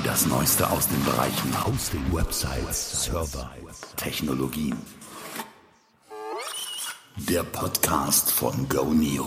Das Neueste aus den Bereichen Hosting, Websites, Server, Technologien. Der Podcast von GoNeo.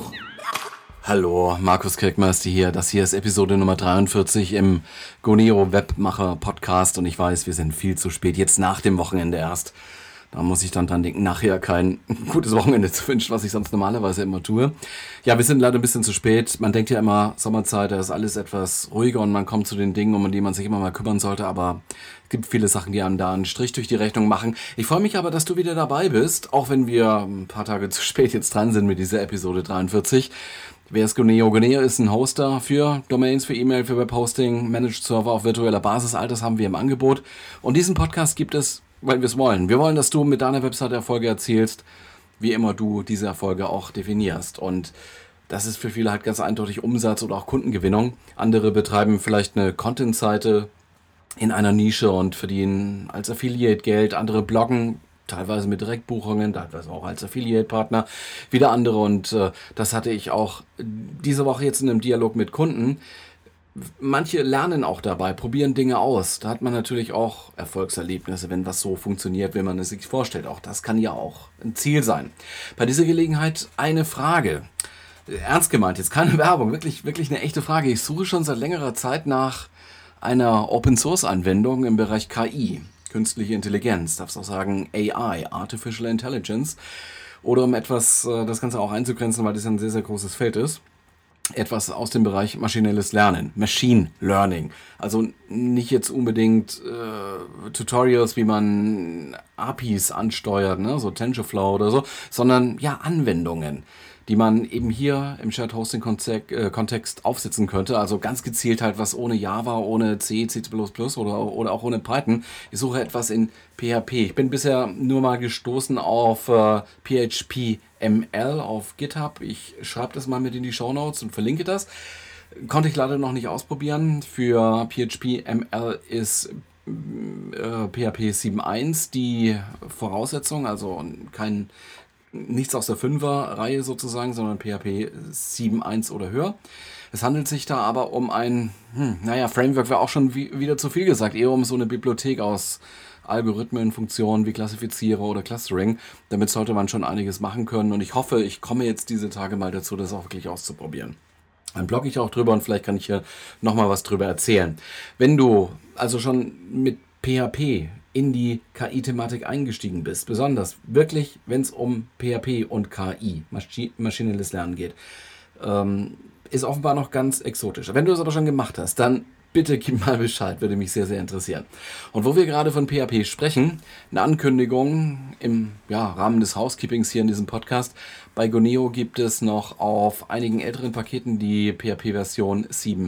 Hallo, Markus Kirkmeister hier. Das hier ist Episode Nummer 43 im GoNeo Webmacher Podcast und ich weiß, wir sind viel zu spät, jetzt nach dem Wochenende erst. Da muss ich dann dran denken, nachher kein gutes Wochenende zu wünschen, was ich sonst normalerweise immer tue. Ja, wir sind leider ein bisschen zu spät. Man denkt ja immer, Sommerzeit, da ist alles etwas ruhiger und man kommt zu den Dingen, um die man sich immer mal kümmern sollte. Aber es gibt viele Sachen, die einem da einen Strich durch die Rechnung machen. Ich freue mich aber, dass du wieder dabei bist, auch wenn wir ein paar Tage zu spät jetzt dran sind mit dieser Episode 43. Wer ist GoNeo? GoNeo ist ein Hoster für Domains, für E-Mail, für Webhosting, Managed Server auf virtueller Basis. All das haben wir im Angebot. Und diesen Podcast gibt es, weil wir es wollen. Wir wollen, dass du mit deiner Webseite Erfolge erzielst, wie immer du diese Erfolge auch definierst. Und das ist für viele halt ganz eindeutig Umsatz oder auch Kundengewinnung. Andere betreiben vielleicht eine Content-Seite in einer Nische und verdienen als Affiliate Geld. Andere bloggen, teilweise mit Direktbuchungen, teilweise auch als Affiliate-Partner. Wieder andere und das hatte ich auch diese Woche jetzt in einem Dialog mit Kunden. Manche lernen auch dabei, probieren Dinge aus. Da hat man natürlich auch Erfolgserlebnisse, wenn was so funktioniert, wie man es sich vorstellt. Auch das kann ja auch ein Ziel sein. Bei dieser Gelegenheit eine Frage. Ernst gemeint, jetzt keine Werbung, wirklich eine echte Frage. Ich suche schon seit längerer Zeit nach einer Open-Source-Anwendung im Bereich KI, künstliche Intelligenz, darfst auch sagen AI, Artificial Intelligence, oder um etwas, das Ganze auch einzugrenzen, weil das ein sehr, sehr großes Feld ist. Etwas aus dem Bereich maschinelles Lernen, Machine Learning. Also nicht jetzt unbedingt Tutorials, wie man APIs ansteuert, ne, so TensorFlow oder so, sondern ja Anwendungen, die man eben hier im Shared Hosting Kontext aufsetzen könnte. Also ganz gezielt halt was ohne Java, ohne C, C++ oder auch ohne Python. Ich suche etwas in PHP. Ich bin bisher nur mal gestoßen auf PHP-ML auf GitHub. Ich schreibe das mal mit in die Shownotes und verlinke das. Konnte ich leider noch nicht ausprobieren. Für PHP-ML ist PHP 7.1 die Voraussetzung, also nichts aus der 5er-Reihe sozusagen, sondern PHP 7.1 oder höher. Es handelt sich da aber um ein, Framework wäre auch schon wieder zu viel gesagt, eher um so eine Bibliothek aus Algorithmen, Funktionen wie Klassifizierer oder Clustering. Damit sollte man schon einiges machen können und ich hoffe, ich komme jetzt diese Tage mal dazu, das auch wirklich auszuprobieren. Dann blogge ich auch drüber und vielleicht kann ich hier nochmal was drüber erzählen. Wenn du also schon mit PHP in die KI-Thematik eingestiegen bist, besonders wirklich, wenn es um PHP und KI, maschinelles Lernen geht, ist offenbar noch ganz exotisch. Wenn du es aber schon gemacht hast, dann bitte gib mal Bescheid, würde mich sehr, sehr interessieren. Und wo wir gerade von PHP sprechen, eine Ankündigung im Rahmen des Housekeepings hier in diesem Podcast. Bei GoNeo gibt es noch auf einigen älteren Paketen die PHP-Version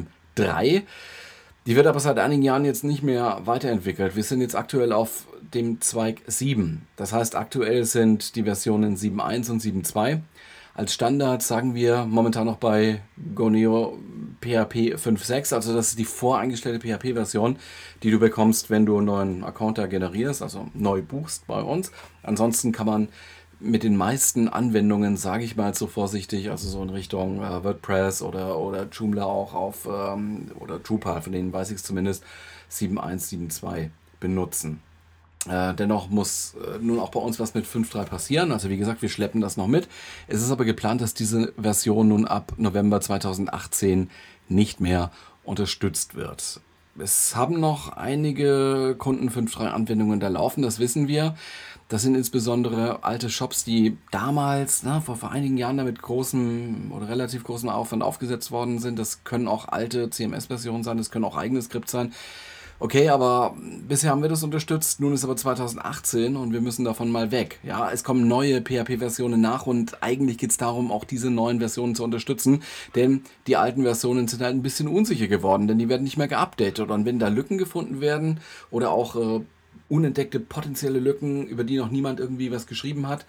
7.3. Die wird aber seit einigen Jahren jetzt nicht mehr weiterentwickelt. Wir sind jetzt aktuell auf dem Zweig 7. Das heißt, aktuell sind die Versionen 7.1 und 7.2. Als Standard sagen wir momentan noch bei GoNeo PHP 5.6. Also das ist die voreingestellte PHP-Version, die du bekommst, wenn du einen neuen Account da generierst, also neu buchst bei uns. Ansonsten kann man mit den meisten Anwendungen, sage ich mal so vorsichtig, also so in Richtung WordPress oder Joomla auch auf, oder Drupal, von denen weiß ich es zumindest, 7.1, 7.2 benutzen. Dennoch muss nun auch bei uns was mit 5.3 passieren. Also wie gesagt, wir schleppen das noch mit. Es ist aber geplant, dass diese Version nun ab November 2018 nicht mehr unterstützt wird. Es haben noch einige Kunden 5.3 Anwendungen da laufen, das wissen wir. Das sind insbesondere alte Shops, die damals, vor einigen Jahren damit großem oder relativ großem Aufwand aufgesetzt worden sind. Das können auch alte CMS-Versionen sein, das können auch eigene Skripts sein. Okay, aber bisher haben wir das unterstützt, nun ist aber 2018 und wir müssen davon mal weg. Ja, es kommen neue PHP-Versionen nach und eigentlich geht es darum, auch diese neuen Versionen zu unterstützen, denn die alten Versionen sind halt ein bisschen unsicher geworden, denn die werden nicht mehr geupdatet und wenn da Lücken gefunden werden oder auch unentdeckte potenzielle Lücken, über die noch niemand irgendwie was geschrieben hat,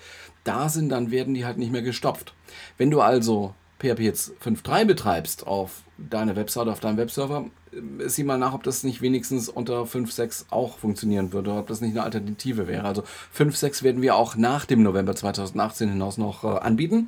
dann werden die halt nicht mehr gestopft. Wenn du also PHP jetzt 5.3 betreibst auf deiner Webseite, auf deinem Webserver, sieh mal nach, ob das nicht wenigstens unter 5.6 auch funktionieren würde, ob das nicht eine Alternative wäre. Also 5.6 werden wir auch nach dem November 2018 hinaus noch anbieten.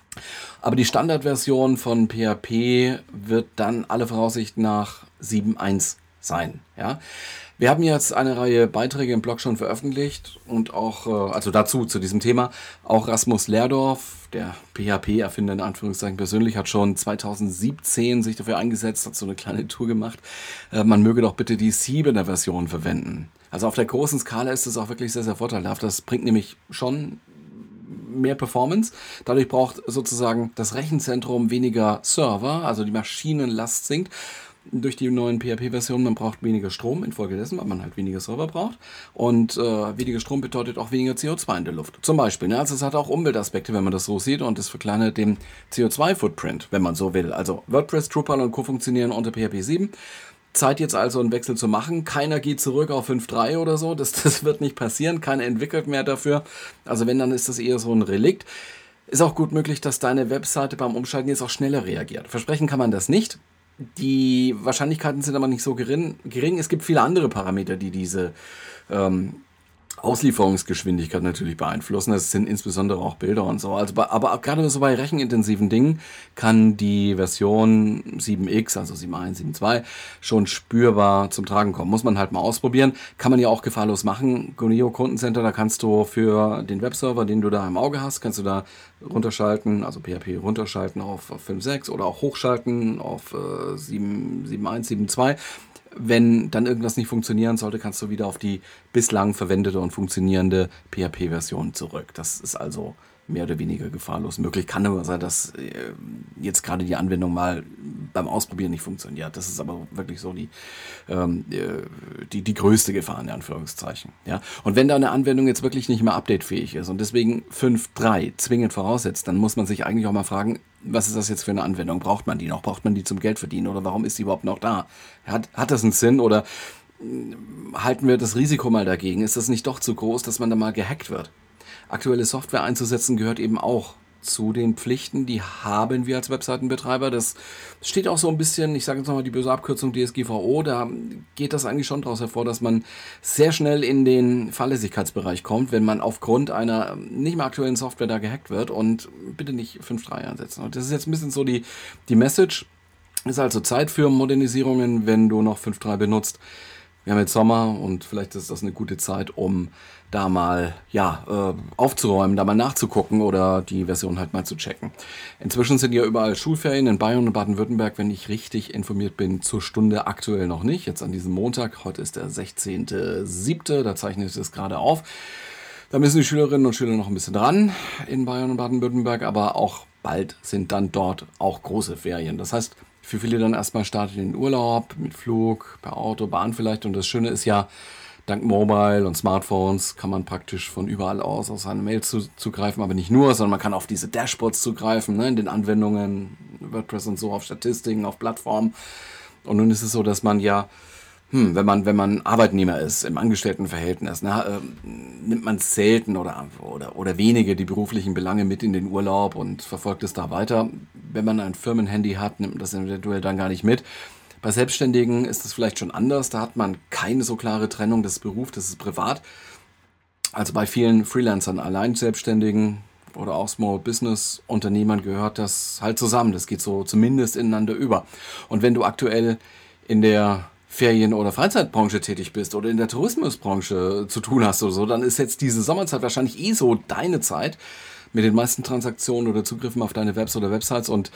Aber die Standardversion von PHP wird dann aller Voraussicht nach 7.1 sein. Ja? Wir haben jetzt eine Reihe Beiträge im Blog schon veröffentlicht und auch, also dazu, zu diesem Thema, auch Rasmus Lerdorf, der PHP-Erfinder in Anführungszeichen persönlich, hat schon 2017 sich dafür eingesetzt, hat so eine kleine Tour gemacht, man möge doch bitte die 7er Version verwenden. Also auf der großen Skala ist es auch wirklich sehr, sehr vorteilhaft. Das bringt nämlich schon mehr Performance. Dadurch braucht sozusagen das Rechenzentrum weniger Server, also die Maschinenlast sinkt durch die neuen PHP-Versionen. Man braucht weniger Strom infolgedessen, weil man halt weniger Server braucht. Und weniger Strom bedeutet auch weniger CO2 in der Luft. Zum Beispiel. Ne? Also es hat auch Umweltaspekte, wenn man das so sieht. Und das verkleinert den CO2-Footprint, wenn man so will. Also WordPress, Drupal und Co. funktionieren unter PHP 7. Zeit jetzt also einen Wechsel zu machen. Keiner geht zurück auf 5.3 oder so. Das wird nicht passieren. Keiner entwickelt mehr dafür. Also wenn, dann ist das eher so ein Relikt. Ist auch gut möglich, dass deine Webseite beim Umschalten jetzt auch schneller reagiert. Versprechen kann man das nicht. Die Wahrscheinlichkeiten sind aber nicht so gering. Es gibt viele andere Parameter, die diese Auslieferungsgeschwindigkeit natürlich beeinflussen. Das sind insbesondere auch Bilder und so. Also aber gerade so bei rechenintensiven Dingen kann die Version 7x, also 7.1, 7.2, schon spürbar zum Tragen kommen. Muss man halt mal ausprobieren. Kann man ja auch gefahrlos machen. Guneo Kundencenter, da kannst du für den Webserver, den du da im Auge hast, kannst du da runterschalten, also PHP runterschalten auf 5.6 oder auch hochschalten auf 7.1, 7.2. Wenn dann irgendwas nicht funktionieren sollte, kannst du wieder auf die bislang verwendete und funktionierende PHP-Version zurück. Das ist also mehr oder weniger gefahrlos möglich. Kann aber sein, dass jetzt gerade die Anwendung mal beim Ausprobieren nicht funktioniert. Das ist aber wirklich so die größte Gefahr in Anführungszeichen. Ja? Und wenn da eine Anwendung jetzt wirklich nicht mehr updatefähig ist und deswegen 5.3 zwingend voraussetzt, dann muss man sich eigentlich auch mal fragen, was ist das jetzt für eine Anwendung? Braucht man die noch? Braucht man die zum Geld verdienen? Oder warum ist die überhaupt noch da? Hat das einen Sinn? Oder halten wir das Risiko mal dagegen? Ist das nicht doch zu groß, dass man da mal gehackt wird? Aktuelle Software einzusetzen gehört eben auch zu den Pflichten, die haben wir als Webseitenbetreiber. Das steht auch so ein bisschen, ich sage jetzt nochmal die böse Abkürzung DSGVO, da geht das eigentlich schon daraus hervor, dass man sehr schnell in den Fahrlässigkeitsbereich kommt, wenn man aufgrund einer nicht mehr aktuellen Software da gehackt wird, und bitte nicht 5.3 einsetzen. Und das ist jetzt ein bisschen so die Message. Ist also Zeit für Modernisierungen, wenn du noch 5.3 benutzt. Wir haben jetzt Sommer und vielleicht ist das eine gute Zeit, um da mal aufzuräumen, da mal nachzugucken oder die Version halt mal zu checken. Inzwischen sind ja überall Schulferien in Bayern und Baden-Württemberg, wenn ich richtig informiert bin, zur Stunde aktuell noch nicht. Jetzt an diesem Montag, heute ist der 16.07., da zeichne ich das gerade auf. Da müssen die Schülerinnen und Schüler noch ein bisschen dran in Bayern und Baden-Württemberg, aber auch bald sind dann dort auch große Ferien. Das heißt, für viele dann erstmal startet in den Urlaub, mit Flug, per Auto, Bahn vielleicht. Und das Schöne ist ja, dank Mobile und Smartphones kann man praktisch von überall aus auf seine Mails zugreifen. Aber nicht nur, sondern man kann auf diese Dashboards zugreifen, ne, in den Anwendungen, WordPress und so, auf Statistiken, auf Plattformen. Und nun ist es so, dass man ja, wenn man Arbeitnehmer ist, im Angestelltenverhältnis, nimmt man selten oder wenige die beruflichen Belange mit in den Urlaub und verfolgt es da weiter. Wenn man ein Firmenhandy hat, nimmt man das eventuell dann gar nicht mit. Bei Selbstständigen ist es vielleicht schon anders. Da hat man keine so klare Trennung, das ist Beruf, das ist privat. Also bei vielen Freelancern, Alleinselbstständigen oder auch Small Business Unternehmern gehört das halt zusammen. Das geht so zumindest ineinander über. Und wenn du aktuell in der Ferien- oder Freizeitbranche tätig bist oder in der Tourismusbranche zu tun hast oder so, dann ist jetzt diese Sommerzeit wahrscheinlich so deine Zeit mit den meisten Transaktionen oder Zugriffen auf deine Webs oder Websites, und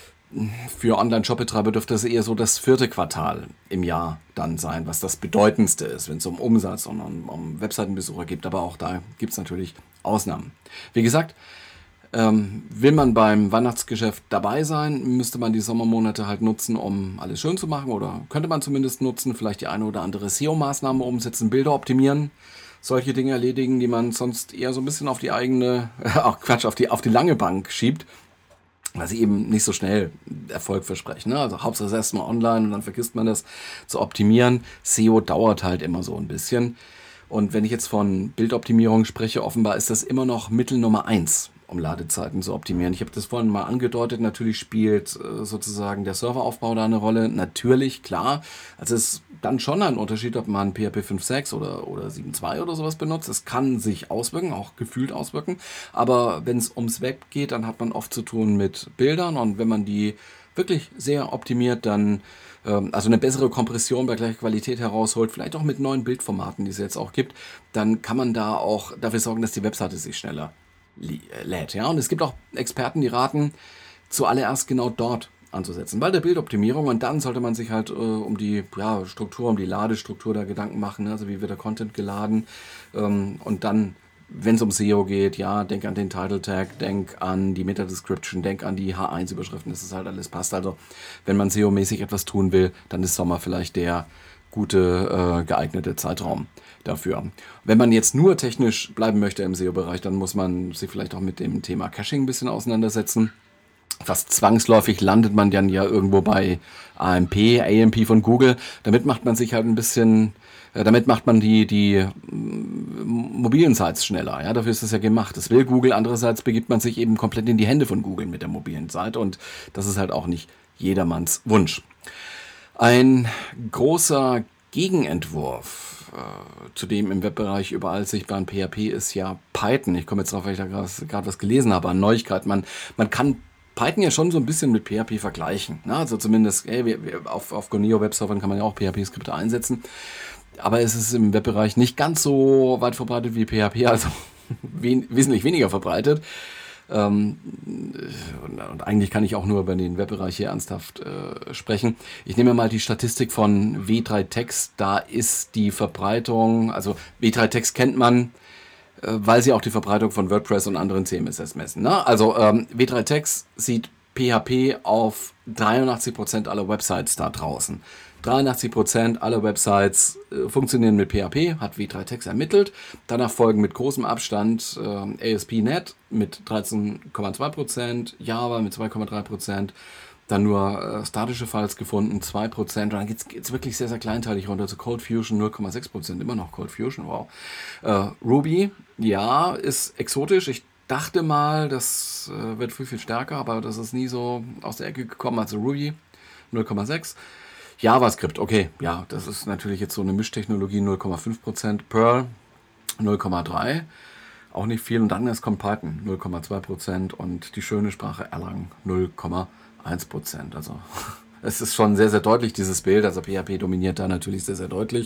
für Online-Shop-Betreiber dürfte es eher so das 4. Quartal im Jahr dann sein, was das bedeutendste ist, wenn es um Umsatz und um Webseitenbesucher geht, aber auch da gibt es natürlich Ausnahmen. Wie gesagt, will man beim Weihnachtsgeschäft dabei sein, müsste man die Sommermonate halt nutzen, um alles schön zu machen, oder könnte man zumindest nutzen, vielleicht die eine oder andere SEO-Maßnahme umsetzen, Bilder optimieren, solche Dinge erledigen, die man sonst eher so ein bisschen auf die eigene, auf die lange Bank schiebt, weil sie eben nicht so schnell Erfolg versprechen. Ne? Also Hauptsache es erstmal online und dann vergisst man das zu optimieren. SEO dauert halt immer so ein bisschen. Und wenn ich jetzt von Bildoptimierung spreche, offenbar ist das immer noch Mittel Nummer 1, um Ladezeiten zu optimieren. Ich habe das vorhin mal angedeutet, natürlich spielt sozusagen der Serveraufbau da eine Rolle. Natürlich, klar. Also es ist dann schon ein Unterschied, ob man PHP 5.6 oder 7.2 oder sowas benutzt. Es kann sich auswirken, auch gefühlt auswirken. Aber wenn es ums Web geht, dann hat man oft zu tun mit Bildern. Und wenn man die wirklich sehr optimiert dann, also eine bessere Kompression bei gleicher Qualität herausholt, vielleicht auch mit neuen Bildformaten, die es jetzt auch gibt, dann kann man da auch dafür sorgen, dass die Webseite sich schneller lädt. Ja? Und es gibt auch Experten, die raten, zuallererst genau dort anzusetzen, bei der Bildoptimierung, und dann sollte man sich halt um die Struktur, um die Ladestruktur da Gedanken machen, ne? Also wie wird der Content geladen, und dann, wenn es um SEO geht, ja, denk an den Title Tag, denk an die Meta-Description, denk an die H1-Überschriften, dass das halt alles passt. Also wenn man SEO-mäßig etwas tun will, dann ist Sommer vielleicht der gute, geeignete Zeitraum dafür. Wenn man jetzt nur technisch bleiben möchte im SEO-Bereich, dann muss man sich vielleicht auch mit dem Thema Caching ein bisschen auseinandersetzen. Fast zwangsläufig landet man dann ja irgendwo bei AMP von Google. Damit macht man sich halt ein bisschen, damit macht man die mobilen Sites schneller. Ja, dafür ist das ja gemacht. Das will Google. Andererseits begibt man sich eben komplett in die Hände von Google mit der mobilen Seite, und das ist halt auch nicht jedermanns Wunsch. Ein großer Gegenentwurf zu dem im Webbereich überall sichtbaren PHP ist ja Python. Ich komme jetzt drauf, weil ich da gerade was gelesen habe an Neuigkeiten. Man kann Python ja schon so ein bisschen mit PHP vergleichen. Ne? Also zumindest auf Goneo-Webservern kann man ja auch PHP-Skripte einsetzen. Aber es ist im Webbereich nicht ganz so weit verbreitet wie PHP, also wesentlich weniger verbreitet. Und eigentlich kann ich auch nur über den Webbereich hier ernsthaft sprechen. Ich nehme mal die Statistik von W3Text. Da ist die Verbreitung, also W3Text kennt man, weil sie auch die Verbreitung von WordPress und anderen CMSs messen. Ne? Also W3Text sieht PHP auf 83% aller Websites da draußen. 83% aller Websites funktionieren mit PHP, hat W3Text ermittelt. Danach folgen mit großem Abstand ASP.NET mit 13,2%, Java mit 2,3%, dann nur statische Files gefunden, 2%. Und dann geht's wirklich sehr, sehr kleinteilig runter zu ColdFusion, 0,6%, immer noch ColdFusion, wow. Ruby, ja, ist exotisch. Ich dachte mal, das wird viel, viel stärker, aber das ist nie so aus der Ecke gekommen. Also Ruby 0,6%. JavaScript, okay, ja, das ist natürlich jetzt so eine Mischtechnologie, 0,5%. Perl 0,3%, auch nicht viel. Und dann kommt Python 0,2% und die schöne Sprache Erlang 0,1%. Also es ist schon sehr, sehr deutlich, dieses Bild. Also PHP dominiert da natürlich sehr, sehr deutlich.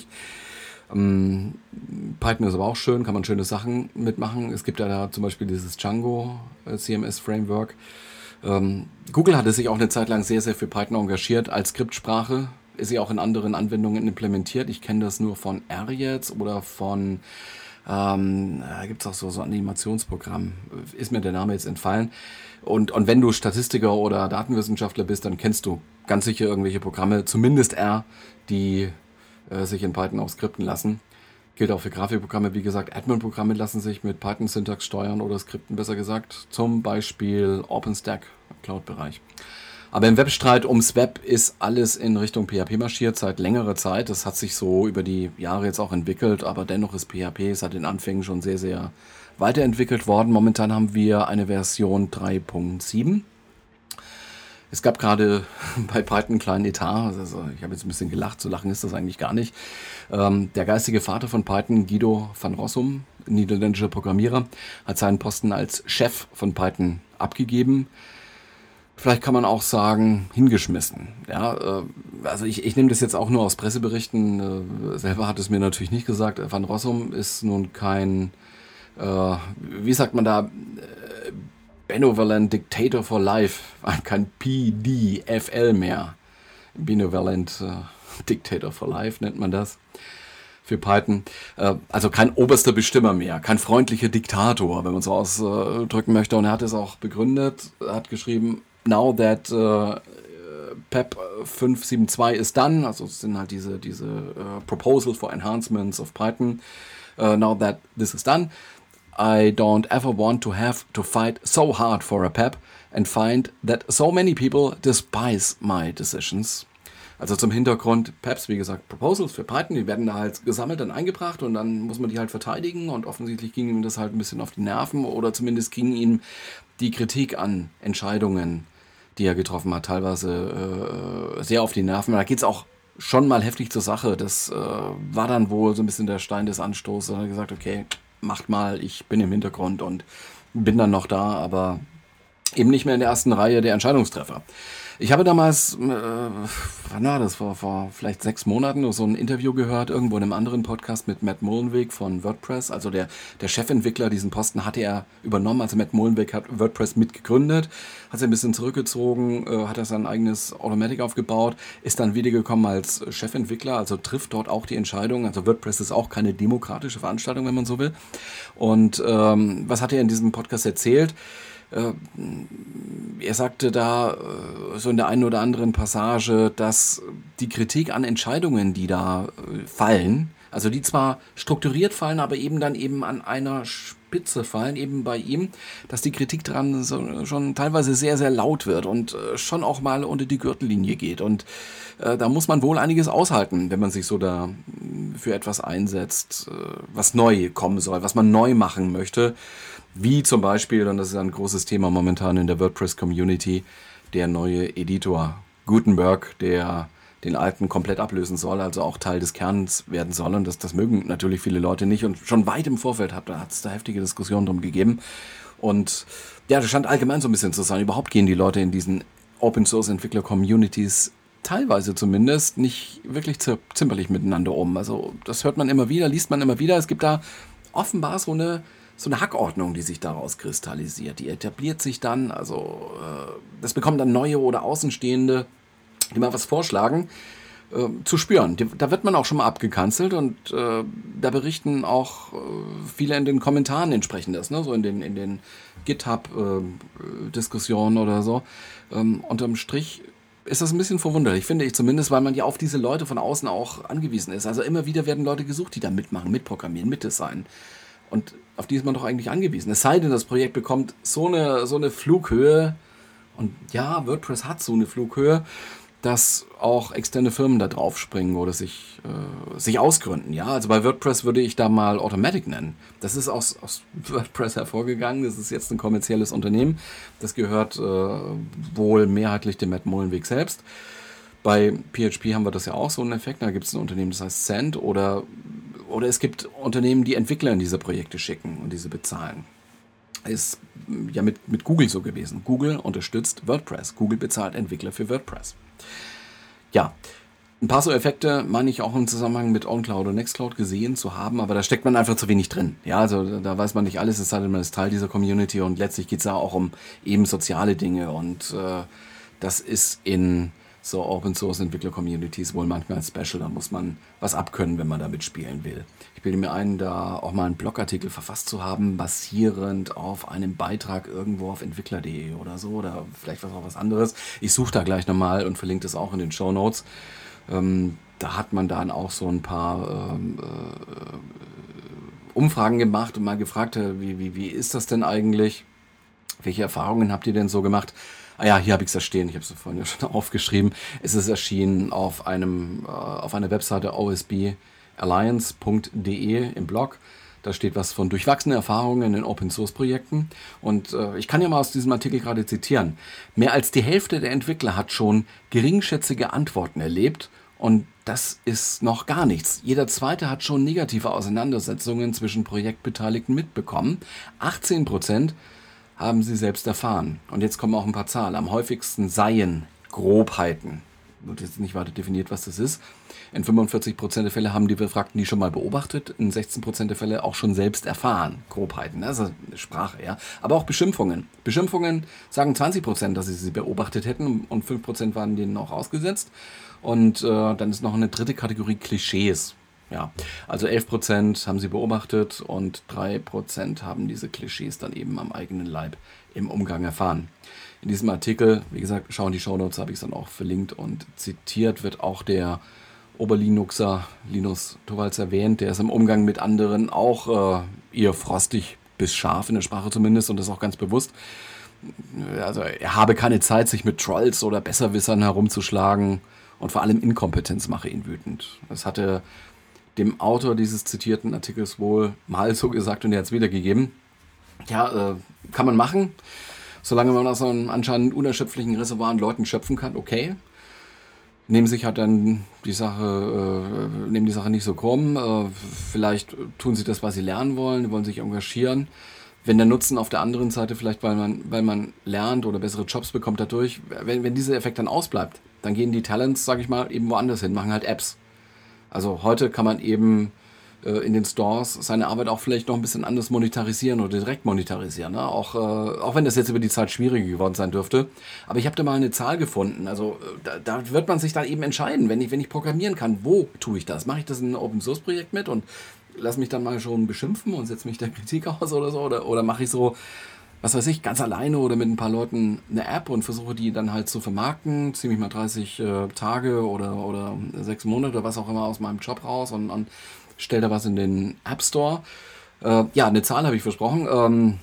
Python ist aber auch schön, kann man schöne Sachen mitmachen. Es gibt ja da zum Beispiel dieses Django CMS-Framework. Google hatte sich auch eine Zeit lang sehr, sehr für Python engagiert als Skriptsprache. Ist sie auch in anderen Anwendungen implementiert. Ich kenne das nur von R jetzt oder von, gibt es auch so ein Animationsprogramm. Ist mir der Name jetzt entfallen. Und wenn du Statistiker oder Datenwissenschaftler bist, dann kennst du ganz sicher irgendwelche Programme, zumindest R, die sich in Python auch skripten lassen. Gilt auch für Grafikprogramme, wie gesagt, Admin-Programme lassen sich mit Python-Syntax steuern oder skripten, besser gesagt. Zum Beispiel OpenStack, Cloud-Bereich. Aber im Webstreit ums Web ist alles in Richtung PHP marschiert seit längerer Zeit. Das hat sich so über die Jahre jetzt auch entwickelt, aber dennoch ist PHP seit den Anfängen schon sehr, sehr weiterentwickelt worden. Momentan haben wir eine Version 3.7. Es gab gerade bei Python einen kleinen Etat, also ich habe jetzt ein bisschen gelacht, so lachen ist das eigentlich gar nicht. Der geistige Vater von Python, Guido van Rossum, niederländischer Programmierer, hat seinen Posten als Chef von Python abgegeben. Vielleicht kann man auch sagen, hingeschmissen. Ja, also ich nehme das jetzt auch nur aus Presseberichten. Selber hat es mir natürlich nicht gesagt. Van Rossum ist nun kein, wie sagt man da, Benevolent Dictator for Life, kein PDFL mehr. Benevolent Dictator for Life nennt man das für Python. Also kein oberster Bestimmer mehr, kein freundlicher Diktator, wenn man so ausdrücken möchte. Und er hat es auch begründet, hat geschrieben, now that PEP 5.7.2 is done, also es sind halt diese Proposals for Enhancements of Python, now that this is done, I don't ever want to have to fight so hard for a PEP and find that so many people despise my decisions. Also zum Hintergrund, PEPs, wie gesagt, Proposals für Python, die werden da halt gesammelt und eingebracht und dann muss man die halt verteidigen und offensichtlich ging ihm das halt ein bisschen auf die Nerven oder zumindest ging ihm die Kritik an Entscheidungen, die er getroffen hat, teilweise sehr auf die Nerven. Da geht es auch schon mal heftig zur Sache. Das war dann wohl so ein bisschen der Stein des Anstoßes. Er hat gesagt, okay, macht mal, ich bin im Hintergrund und bin dann noch da, aber eben nicht mehr in der ersten Reihe der Entscheidungstreffer. Ich habe damals, wann war das, vor vielleicht 6 Monaten so ein Interview gehört, irgendwo in einem anderen Podcast mit Matt Mullenweg von WordPress. Also der Chefentwickler, diesen Posten hatte er übernommen. Also Matt Mullenweg hat WordPress mitgegründet, hat sich ein bisschen zurückgezogen, hat er sein eigenes Automatic aufgebaut, ist dann wiedergekommen als Chefentwickler, also trifft dort auch die Entscheidung. Also WordPress ist auch keine demokratische Veranstaltung, wenn man so will. Und was hat er in diesem Podcast erzählt? Er sagte da so in der einen oder anderen Passage, dass die Kritik an Entscheidungen, die da fallen, also die zwar strukturiert fallen, aber eben dann eben an einer Spitze fallen, eben bei ihm, dass die Kritik daran schon teilweise sehr, sehr laut wird und schon auch mal unter die Gürtellinie geht. Und da muss man wohl einiges aushalten, wenn man sich so da für etwas einsetzt, was neu kommen soll, was man neu machen möchte. Wie zum Beispiel, und das ist ein großes Thema momentan in der WordPress-Community, der neue Editor Gutenberg, der den alten komplett ablösen soll, also auch Teil des Kerns werden soll. Und das mögen natürlich viele Leute nicht. Und schon weit im Vorfeld hat es da heftige Diskussionen drum gegeben. Und ja, das scheint allgemein so ein bisschen zu sein. Überhaupt gehen die Leute in diesen Open-Source-Entwickler-Communities teilweise zumindest nicht wirklich zimperlich miteinander um. Also das hört man immer wieder, liest man immer wieder. Es gibt da offenbar so eine Hackordnung, die sich daraus kristallisiert. Die etabliert sich dann, also das bekommen dann neue oder Außenstehende, die mal was vorschlagen, zu spüren. Da wird man auch schon mal abgekanzelt und da berichten auch viele in den Kommentaren entsprechendes, ne? So in den GitHub-Diskussionen oder so. Unterm Strich ist das ein bisschen verwunderlich, finde ich zumindest, weil man ja auf diese Leute von außen auch angewiesen ist. Also immer wieder werden Leute gesucht, die da mitmachen, mitprogrammieren, mitdesignen. Und auf die ist man doch eigentlich angewiesen. Es sei denn, das Projekt bekommt so eine Flughöhe. Und ja, WordPress hat so eine Flughöhe, dass auch externe Firmen da drauf springen oder sich ausgründen. Ja, also bei WordPress würde ich da mal Automatic nennen. Das ist aus WordPress hervorgegangen. Das ist jetzt ein kommerzielles Unternehmen. Das gehört wohl mehrheitlich dem Matt Mullenweg selbst. Bei PHP haben wir das ja auch so einen Effekt. Da gibt es ein Unternehmen, das heißt Send oder es gibt Unternehmen, die Entwickler in diese Projekte schicken und diese bezahlen. Ist ja mit Google so gewesen. Google unterstützt WordPress. Google bezahlt Entwickler für WordPress. Ja, ein paar so Effekte meine ich auch im Zusammenhang mit OnCloud und Nextcloud gesehen zu haben, aber da steckt man einfach zu wenig drin. Ja, also da weiß man nicht alles, es sei denn, man ist Teil dieser Community und letztlich geht es ja auch um eben soziale Dinge und das ist in so Open-Source-Entwickler-Communities wohl manchmal special. Da muss man was abkönnen, wenn man da mitspielen will. Ich bilde mir ein, da auch mal einen Blogartikel verfasst zu haben, basierend auf einem Beitrag irgendwo auf entwickler.de oder so oder vielleicht was anderes. Ich suche da gleich nochmal und verlinke das auch in den Shownotes. Da hat man dann auch so ein paar Umfragen gemacht und mal gefragt, wie ist das denn eigentlich? Welche Erfahrungen habt ihr denn so gemacht? Ah ja, hier habe ich es da stehen. Ich habe es vorhin ja schon aufgeschrieben. Es ist erschienen auf einer Webseite osballiance.de im Blog. Da steht was von durchwachsene Erfahrungen in Open-Source-Projekten. Und ich kann ja mal aus diesem Artikel gerade zitieren. Mehr als die Hälfte der Entwickler hat schon geringschätzige Antworten erlebt. Und das ist noch gar nichts. Jeder Zweite hat schon negative Auseinandersetzungen zwischen Projektbeteiligten mitbekommen. 18% haben sie selbst erfahren. Und jetzt kommen auch ein paar Zahlen. Am häufigsten seien Grobheiten. Wird jetzt nicht weiter definiert, was das ist. In 45% der Fälle haben die Befragten die schon mal beobachtet. In 16% der Fälle auch schon selbst erfahren. Grobheiten, also Sprache, ja. Aber auch Beschimpfungen. Beschimpfungen sagen 20%, dass sie beobachtet hätten und 5% waren denen auch ausgesetzt. Und dann ist noch eine dritte Kategorie Klischees. Ja, also 11% haben sie beobachtet und 3% haben diese Klischees dann eben am eigenen Leib im Umgang erfahren. In diesem Artikel, wie gesagt, schauen die Shownotes, habe ich es dann auch verlinkt und zitiert wird auch der Oberlinuxer Linus Torvalds erwähnt, der ist im Umgang mit anderen auch eher frostig bis scharf in der Sprache zumindest und das auch ganz bewusst. Also er habe keine Zeit, sich mit Trolls oder Besserwissern herumzuschlagen und vor allem Inkompetenz mache ihn wütend. Das hatte dem Autor dieses zitierten Artikels wohl mal so gesagt und er hat es wiedergegeben. Ja, kann man machen, solange man aus so einem anscheinend unerschöpflichen Reservoir an Leuten schöpfen kann, okay. Nehmen sich halt dann die Sache nicht so krumm. Vielleicht tun sie das, was sie lernen wollen, die wollen sich engagieren. wenn der Nutzen auf der anderen Seite vielleicht, weil man lernt oder bessere Jobs bekommt dadurch, wenn dieser Effekt dann ausbleibt, dann gehen die Talents, sage ich mal, eben woanders hin, machen halt Apps. Also heute kann man eben in den Stores seine Arbeit auch vielleicht noch ein bisschen anders monetarisieren oder direkt monetarisieren. Ne? Auch wenn das jetzt über die Zeit schwieriger geworden sein dürfte. Aber ich habe da mal eine Zahl gefunden. Also da wird man sich dann eben entscheiden, wenn ich programmieren kann, wo tue ich das? Mache ich das in einem Open-Source-Projekt mit und lass mich dann mal schon beschimpfen und setze mich der Kritik aus oder so? Oder mache ich so, was weiß ich, ganz alleine oder mit ein paar Leuten eine App und versuche die dann halt zu vermarkten, ziehe mich mal 30 Tage oder 6 Monate oder was auch immer aus meinem Job raus und stelle da was in den App Store. Eine Zahl habe ich versprochen.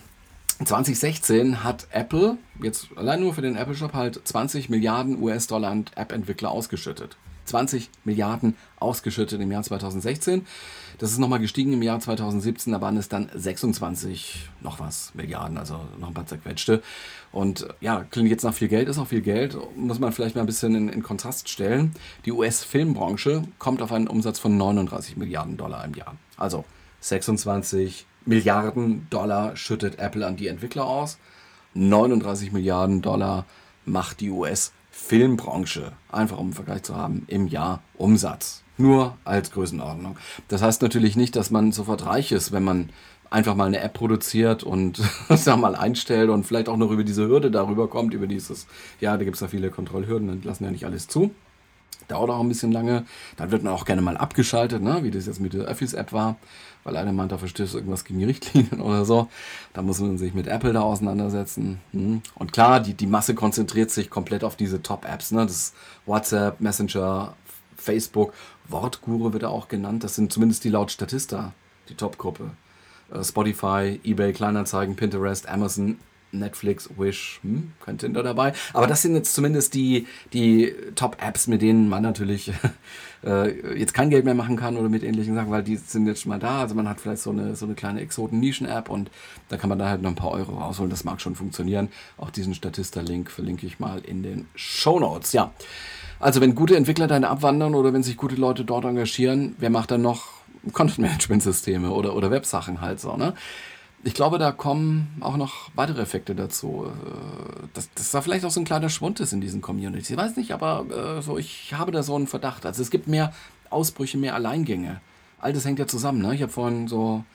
2016 hat Apple, jetzt allein nur für den Apple Shop, halt 20 Milliarden US-Dollar an App-Entwickler ausgeschüttet. 20 Milliarden ausgeschüttet im Jahr 2016. Das ist nochmal gestiegen im Jahr 2017, da waren es dann 26 noch was Milliarden, also noch ein paar zerquetschte. Und ja, klingt jetzt nach viel Geld, ist auch viel Geld, muss man vielleicht mal ein bisschen in Kontrast stellen. Die US-Filmbranche kommt auf einen Umsatz von 39 Milliarden Dollar im Jahr. Also 26 Milliarden Dollar schüttet Apple an die Entwickler aus, 39 Milliarden Dollar macht die US-Filmbranche, einfach um einen Vergleich zu haben, im Jahr Umsatz. Nur als Größenordnung. Das heißt natürlich nicht, dass man sofort reich ist, wenn man einfach mal eine App produziert und das da mal einstellt und vielleicht auch noch über diese Hürde darüber kommt, über dieses, ja, da gibt es da viele Kontrollhürden, dann lassen ja nicht alles zu. Dauert auch ein bisschen lange. Dann wird man auch gerne mal abgeschaltet, ne? Wie das jetzt mit der Office-App war, weil einer meint, da verstößt irgendwas gegen die Richtlinien oder so. Da muss man sich mit Apple da auseinandersetzen. Und klar, die Masse konzentriert sich komplett auf diese Top-Apps. Ne? Das ist WhatsApp, Messenger, Facebook, Wortguru wird er auch genannt. Das sind zumindest die laut Statista, die Top-Gruppe. Spotify, eBay, Kleinanzeigen, Pinterest, Amazon, Netflix, Wish, kein Tinder dabei. Aber das sind jetzt zumindest die Top-Apps, mit denen man natürlich jetzt kein Geld mehr machen kann oder mit ähnlichen Sachen, weil die sind jetzt schon mal da. Also man hat vielleicht so eine kleine Exoten-Nischen-App und da kann man da halt noch ein paar Euro rausholen. Das mag schon funktionieren. Auch diesen Statista-Link verlinke ich mal in den Shownotes. Ja, also wenn gute Entwickler dann abwandern oder wenn sich gute Leute dort engagieren, wer macht dann noch Content-Management-Systeme oder Websachen halt so, ne? Ich glaube, da kommen auch noch weitere Effekte dazu. Dass da vielleicht auch so ein kleiner Schwund ist in diesen Communities. Ich weiß nicht, aber ich habe da so einen Verdacht. Also es gibt mehr Ausbrüche, mehr Alleingänge. All das hängt ja zusammen. Ne? Ich habe vorhin so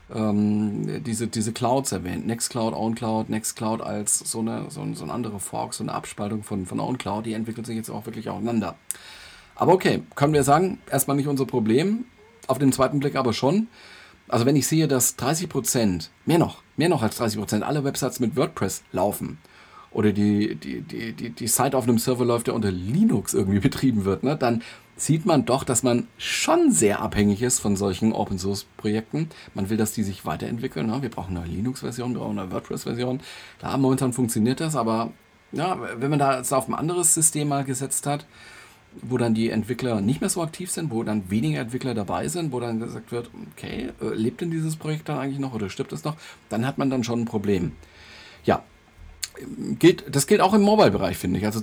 diese Clouds erwähnt. Nextcloud, OwnCloud, Nextcloud als so ein anderer Fork, so eine Abspaltung von OwnCloud. Die entwickelt sich jetzt auch wirklich auseinander. Aber okay, können wir sagen, erstmal nicht unser Problem. Auf den zweiten Blick aber schon. Also wenn ich sehe, dass 30%, mehr noch als 30% aller Websites mit WordPress laufen oder die Site auf einem Server läuft, der unter Linux irgendwie betrieben wird, ne, dann sieht man doch, dass man schon sehr abhängig ist von solchen Open-Source-Projekten. Man will, dass die sich weiterentwickeln. Ne? Wir brauchen eine Linux-Version, wir brauchen eine WordPress-Version. Klar, momentan funktioniert das, aber ja, wenn man da jetzt auf ein anderes System mal gesetzt hat, wo dann die Entwickler nicht mehr so aktiv sind, wo dann weniger Entwickler dabei sind, wo dann gesagt wird, okay, lebt denn dieses Projekt dann eigentlich noch oder stirbt es noch? Dann hat man dann schon ein Problem. Ja, das gilt auch im Mobile-Bereich, finde ich. Also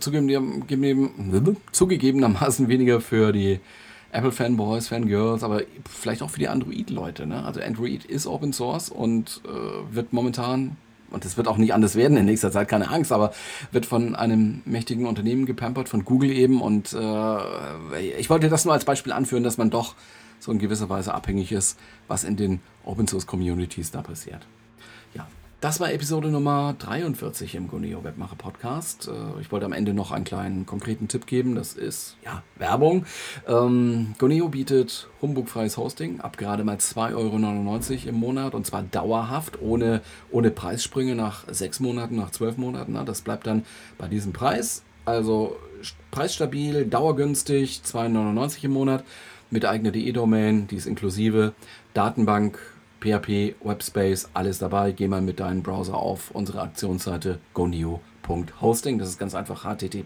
zugegebenermaßen weniger für die Apple-Fanboys, Fangirls, aber vielleicht auch für die Android-Leute. Ne? Also Android ist Open Source und wird momentan, und das wird auch nicht anders werden in nächster Zeit, keine Angst, aber wird von einem mächtigen Unternehmen gepampert, von Google eben. Und ich wollte das nur als Beispiel anführen, dass man doch so in gewisser Weise abhängig ist, was in den Open-Source-Communities da passiert. Ja, das war Episode Nummer 43 im Goneo Webmacher Podcast. Ich wollte am Ende noch einen kleinen konkreten Tipp geben. Das ist, ja, Werbung. Goneo bietet humbugfreies Hosting ab gerade mal 2,99 € im Monat und zwar dauerhaft, ohne Preissprünge nach 6 Monaten, nach 12 Monaten. Das bleibt dann bei diesem Preis. Also preisstabil, dauergünstig, 2,99 € im Monat mit eigener DE-Domain, die ist inklusive, Datenbank, PHP, Webspace, alles dabei. Geh mal mit deinem Browser auf unsere Aktionsseite goneo.hosting. Das ist ganz einfach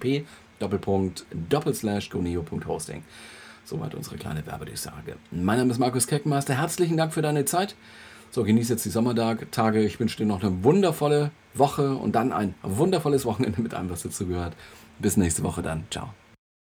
http://goneo.hosting. Soweit unsere kleine Werbedurchsage. Mein Name ist Markus Keckmeister. Herzlichen Dank für deine Zeit. So, genieß jetzt die Sommertage. Ich wünsche dir noch eine wundervolle Woche und dann ein wundervolles Wochenende mit allem, was dazu gehört. Bis nächste Woche dann. Ciao.